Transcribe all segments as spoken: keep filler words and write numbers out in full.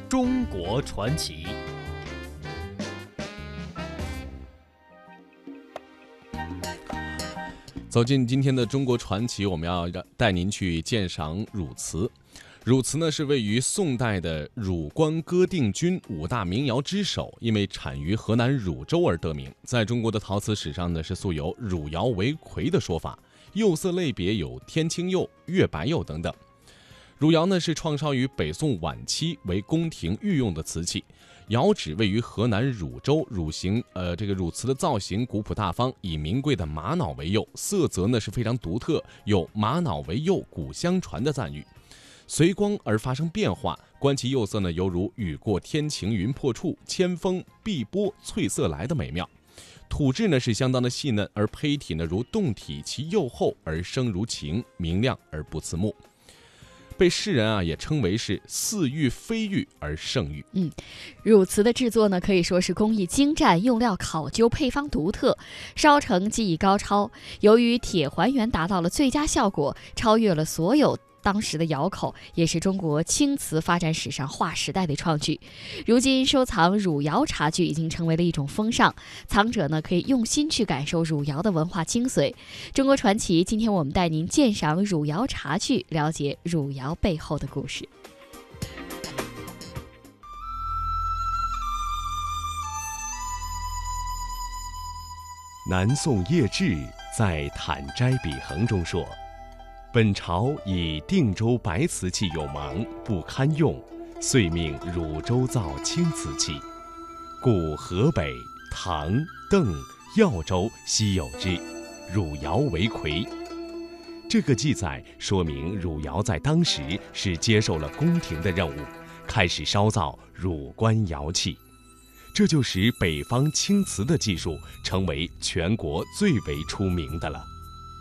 中国传奇。 走进今天的中国传奇，我们要带您去鉴赏汝瓷。汝瓷呢是位于宋代的汝官哥定军五大名窑之首，因为产于河南汝州而得名。在中国的陶瓷史上呢，是素有汝窑为魁的说法。釉色类别有天青釉、月白釉等等。汝窑呢是创烧于北宋晚期，为宫廷御用的瓷器。窑址位于河南汝州，汝形呃这个汝瓷的造型古朴大方，以名贵的玛瑙为釉，色泽呢是非常独特，有玛瑙为釉古相传的赞誉。随光而发生变化，观其釉色呢，犹如雨过天晴云破处，千峰碧波翠色来的美妙。土质呢是相当的细嫩，而胚体呢如洞体，其釉厚而生如晴，明亮而不刺目。被世人啊也称为是似玉非玉而胜玉。 嗯，汝瓷的制作呢可以说是工艺精湛，用料考究，配方独特，烧成技艺高超。由于铁还原达到了最佳效果，超越了所有当时的窑口，也是中国青瓷发展史上划时代的创举。如今收藏汝窑茶具已经成为了一种风尚，藏者呢可以用心去感受汝窑的文化精髓。中国传奇，今天我们带您鉴赏汝窑茶具，了解汝窑背后的故事。 南宋叶志在《坦斋笔衡》中说，本朝以定州白瓷器有盲，不堪用，遂命汝州造青瓷器，故河北、唐、邓、耀州稀有之，汝窑为魁。这个记载说明汝窑在当时是接受了宫廷的任务，开始烧造汝官窑器，这就使北方青瓷的技术成为全国最为出名的了。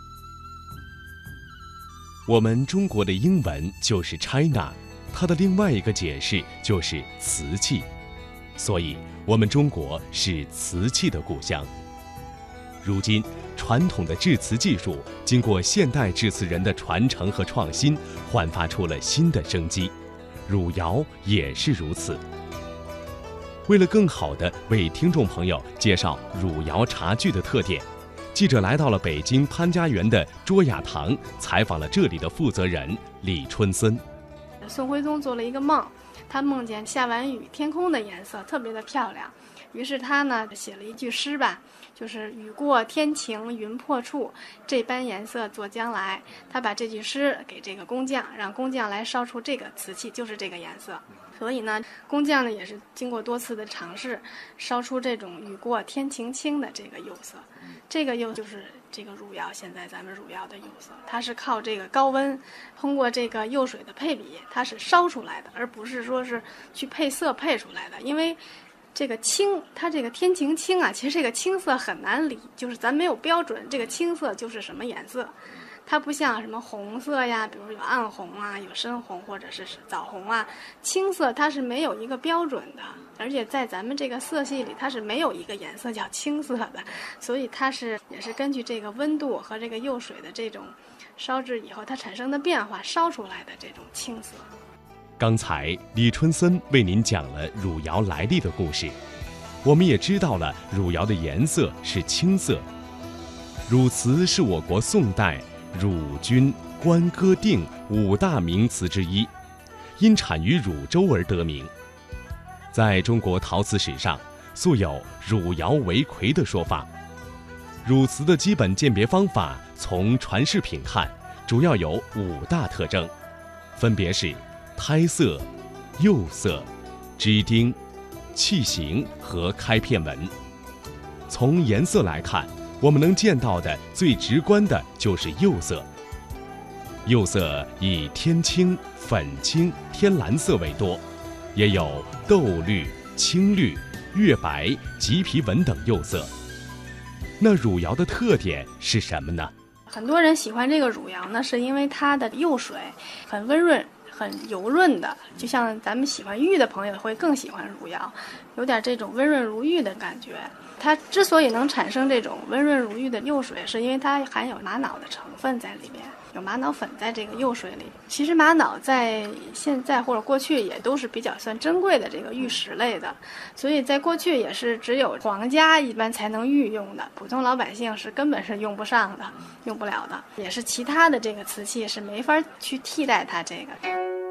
我们中国的英文就是 China， 它的另外一个解释就是瓷器，所以我们中国是瓷器的故乡。如今，传统的制瓷技术经过现代制瓷人的传承和创新，焕发出了新的生机。汝窑也是如此。为了更好地为听众朋友介绍汝窑茶具的特点，记者来到了北京潘家园的卓雅堂，采访了这里的负责人李春森。 宋徽宗做了一个梦，他梦见下完雨，天空的颜色特别的漂亮，于是他呢写了一句诗吧，就是雨过天晴云破处，这般颜色作将来。他把这句诗给这个工匠，让工匠来烧出这个瓷器，就是这个颜色。所以呢，工匠呢也是经过多次的尝试，烧出这种雨过天晴青的这个釉色。这个釉就是这个汝窑，现在咱们汝窑的釉色，它是靠这个高温，通过这个釉水的配比，它是烧出来的，而不是说是去配色配出来的。因为这个青，它这个天晴青啊，其实这个青色很难理，就是咱没有标准，这个青色就是什么颜色。它不像什么红色呀，比如有暗红啊，有深红或者是枣红啊，青色它是没有一个标准的，而且在咱们这个色系里，它是没有一个颜色叫青色的，所以它是也是根据这个温度和这个釉水的这种烧制以后它产生的变化烧出来的这种青色。 刚才李春森为您讲了汝窑来历的故事，我们也知道了汝窑的颜色是青色。汝瓷是我国宋代汝军官哥定五大名瓷之一，因产于汝州而得名。在中国陶瓷史上，素有汝窑为魁的说法。汝瓷的基本鉴别方法，从传世品看，主要有五大特征，分别是胎色、釉色、支钉、器形和开片纹。从颜色来看，我们能见到的最直观的就是釉色。釉色以天青、粉青、天蓝色为多，也有豆绿、青绿、月白、麂皮纹等釉色。那汝窑的特点是什么呢？ 很多人喜欢这个汝窑呢，是因为它的釉水很温润，很油润的，就像咱们喜欢玉的朋友会更喜欢汝窑，有点这种温润如玉的感觉。它之所以能产生这种温润如玉的釉水，是因为它含有玛瑙的成分在里边。 有玛瑙粉在这个釉水里。其实玛瑙在现在或者过去也都是比较算珍贵的这个玉石类的，所以在过去也是只有皇家一般才能御用的，普通老百姓是根本是用不上的，用不了的。也是其他的这个瓷器是没法去替代它这个。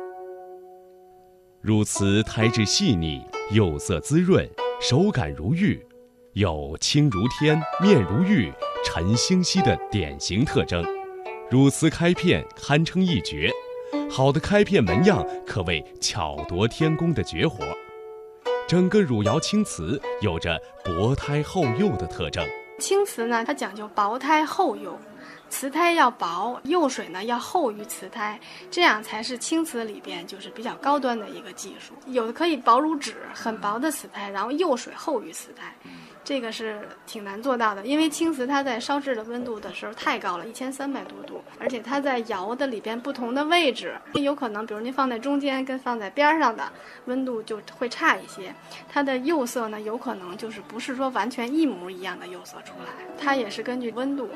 汝瓷胎质细腻，釉色滋润，手感如玉，有清如天、面如玉、沉星稀的典型特征。汝瓷开片堪称一绝，好的开片门样可谓巧夺天工的绝活。整个汝窑青瓷有着薄胎厚釉的特征。 青瓷呢，它讲究薄胎厚釉，瓷胎要薄，釉水呢要厚于瓷胎，这样才是青瓷里边就是比较高端的一个技术。有的可以薄如纸，很薄的瓷胎，然后釉水厚于瓷胎，这个是挺难做到的。因为青瓷它在烧制的温度的时候太高了，一千三百多度，而且它在窑的里边不同的位置，有可能比如您放在中间跟放在边上的温度就会差一些，它的釉色呢有可能就是不是说完全一模一样的釉色出来，它也是根据温度。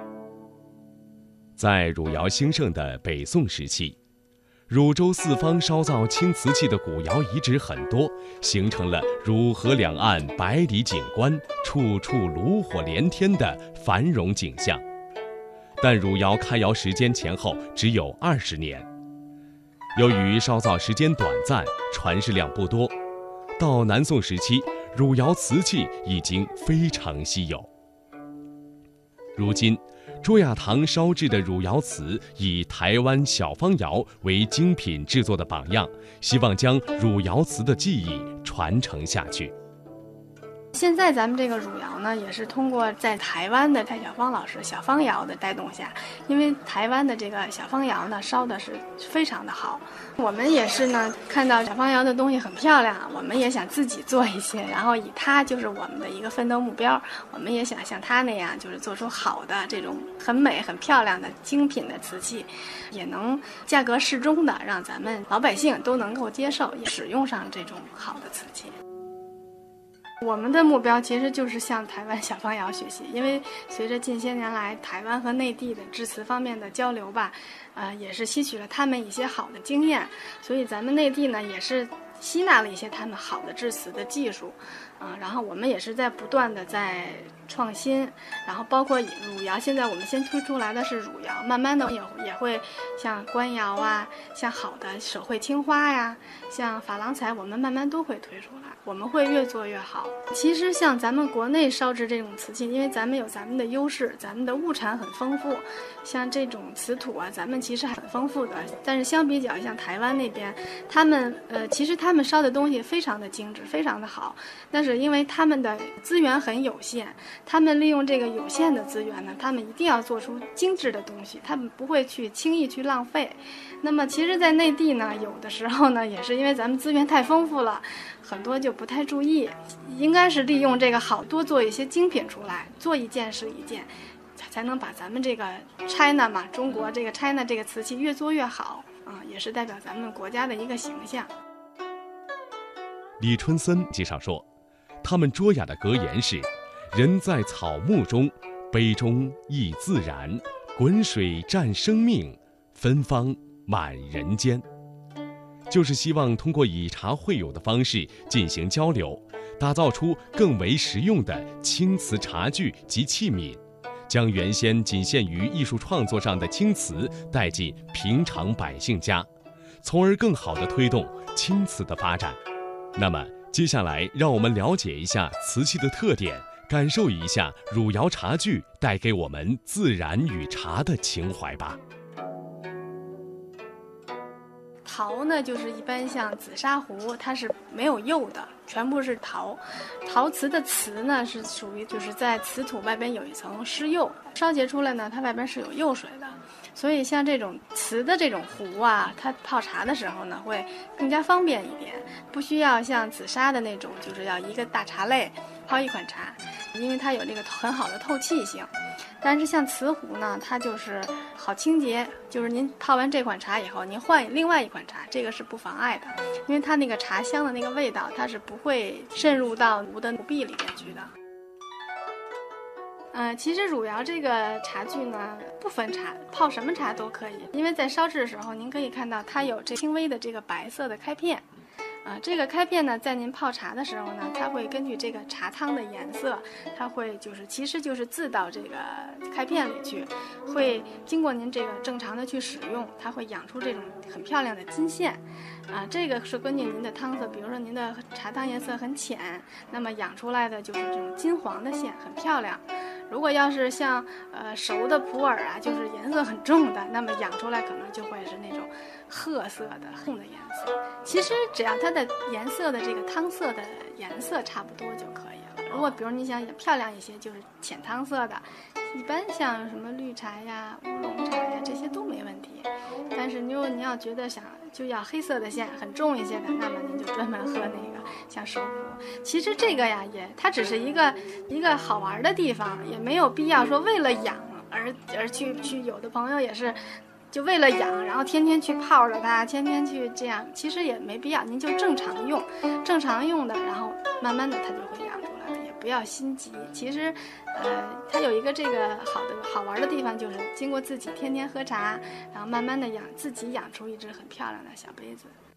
在汝窑兴盛的北宋时期，汝州四方烧造青瓷器的古窑遗址很多，形成了汝河两岸百里景观，处处炉火连天的繁荣景象。但汝窑开窑时间前后只有二十年，由于烧造时间短暂，传世量不多，到南宋时期，汝窑瓷器已经非常稀有。如今卓雅堂烧制的汝窑瓷以台湾小方窑为精品制作的榜样，希望将汝窑瓷的技艺传承下去。 现在咱们这个汝窑呢，也是通过在台湾的蔡小芳老师小方窑的带动下，因为台湾的这个小方窑呢烧的是非常的好，我们也是呢看到小方窑的东西很漂亮，我们也想自己做一些，然后以它就是我们的一个奋斗目标，我们也想像它那样，就是做出好的这种很美很漂亮的精品的瓷器，也能价格适中的让咱们老百姓都能够接受，也使用上这种好的瓷器。我们的目标其实就是向台湾小方窑学习，因为随着近些年来台湾和内地的制瓷方面的交流吧，呃，也是吸取了他们一些好的经验，所以咱们内地呢也是吸纳了一些他们好的制瓷的技术，啊、呃，然后我们也是在不断的在创新，然后包括汝窑，现在我们先推出来的是汝窑，慢慢的也也会像官窑啊，像好的手绘青花呀，像珐琅彩，我们慢慢都会推出来，我们会越做越好。其实像咱们国内烧制这种瓷器，因为咱们有咱们的优势，咱们的物产很丰富，像这种瓷土啊，咱们其实很丰富的，但是相比较像台湾那边，他们呃，其实他们烧的东西非常的精致，非常的好，但是因为他们的资源很有限，他们利用这个有限的资源呢，他们一定要做出精致的东西，他们不会去轻易去浪费。那么其实在内地呢，有的时候呢也是因为咱们资源太丰富了，很多就不太注意，应该是利用这个好，多做一些精品出来，做一件是一件，才能把咱们这个 China 嘛，中国这个 China 这个瓷器越做越好啊、嗯，也是代表咱们国家的一个形象。 李春森介绍说，他们卓雅的格言是人在草木中，杯中亦自然，滚水蘸生命，芬芳满人间。就是希望通过以茶会友的方式进行交流，打造出更为实用的青瓷茶具及器皿，将原先仅限于艺术创作上的青瓷带进平常百姓家，从而更好地推动青瓷的发展。那么接下来让我们了解一下瓷器的特点，感受一下汝窑茶具带给我们自然与茶的情怀吧。 陶呢，就是一般像紫砂壶，它是没有釉的，全部是陶。陶瓷的瓷呢，是属于就是在瓷土外边有一层湿釉，烧结出来呢，它外边是有釉水的。所以像这种瓷的这种壶啊，它泡茶的时候呢，会更加方便一点，不需要像紫砂的那种，就是要一个大茶类泡一款茶，因为它有这个很好的透气性。但是像瓷壶呢，它就是好清洁，就是您泡完这款茶以后，您换另外一款茶，这个是不妨碍的，因为它那个茶香的那个味道，它是不会渗入到壶的壶壁里边去的。 呃，其实汝窑这个茶具呢，不分茶，泡什么茶都可以。因为在烧制的时候，您可以看到它有这轻微的这个白色的开片，啊、这个开片呢，在您泡茶的时候呢，它会根据这个茶汤的颜色，它会就是其实就是渍到这个开片里去，会经过您这个正常的去使用，它会养出这种很漂亮的金线。啊，这个是根据您的汤色，比如说您的茶汤颜色很浅，那么养出来的就是这种金黄的线，很漂亮。如果要是像呃熟的普洱啊，就是颜色很重的，那么养出来可能就会是那种褐色的红的颜色。其实只要它的颜色的这个汤色的颜色差不多就可以了。如果比如你想漂亮一些，就是浅汤色的，一般像什么绿茶呀、乌龙茶呀这些都没问题。但是如果你要觉得想就要黑色的线很重一些的，那么您就专门喝那个像熟普。其实这个呀也它只是一个一个好玩的地方，也没有必要说为了养而而去去有的朋友也是就为了养，然后天天去泡着它，天天去这样，其实也没必要。您就正常用，正常用的，然后慢慢的它就会养出来了，也不要心急。其实，呃，它有一个这个好的好玩的地方，就是经过自己天天喝茶，然后慢慢的养自己养出一只很漂亮的小杯子。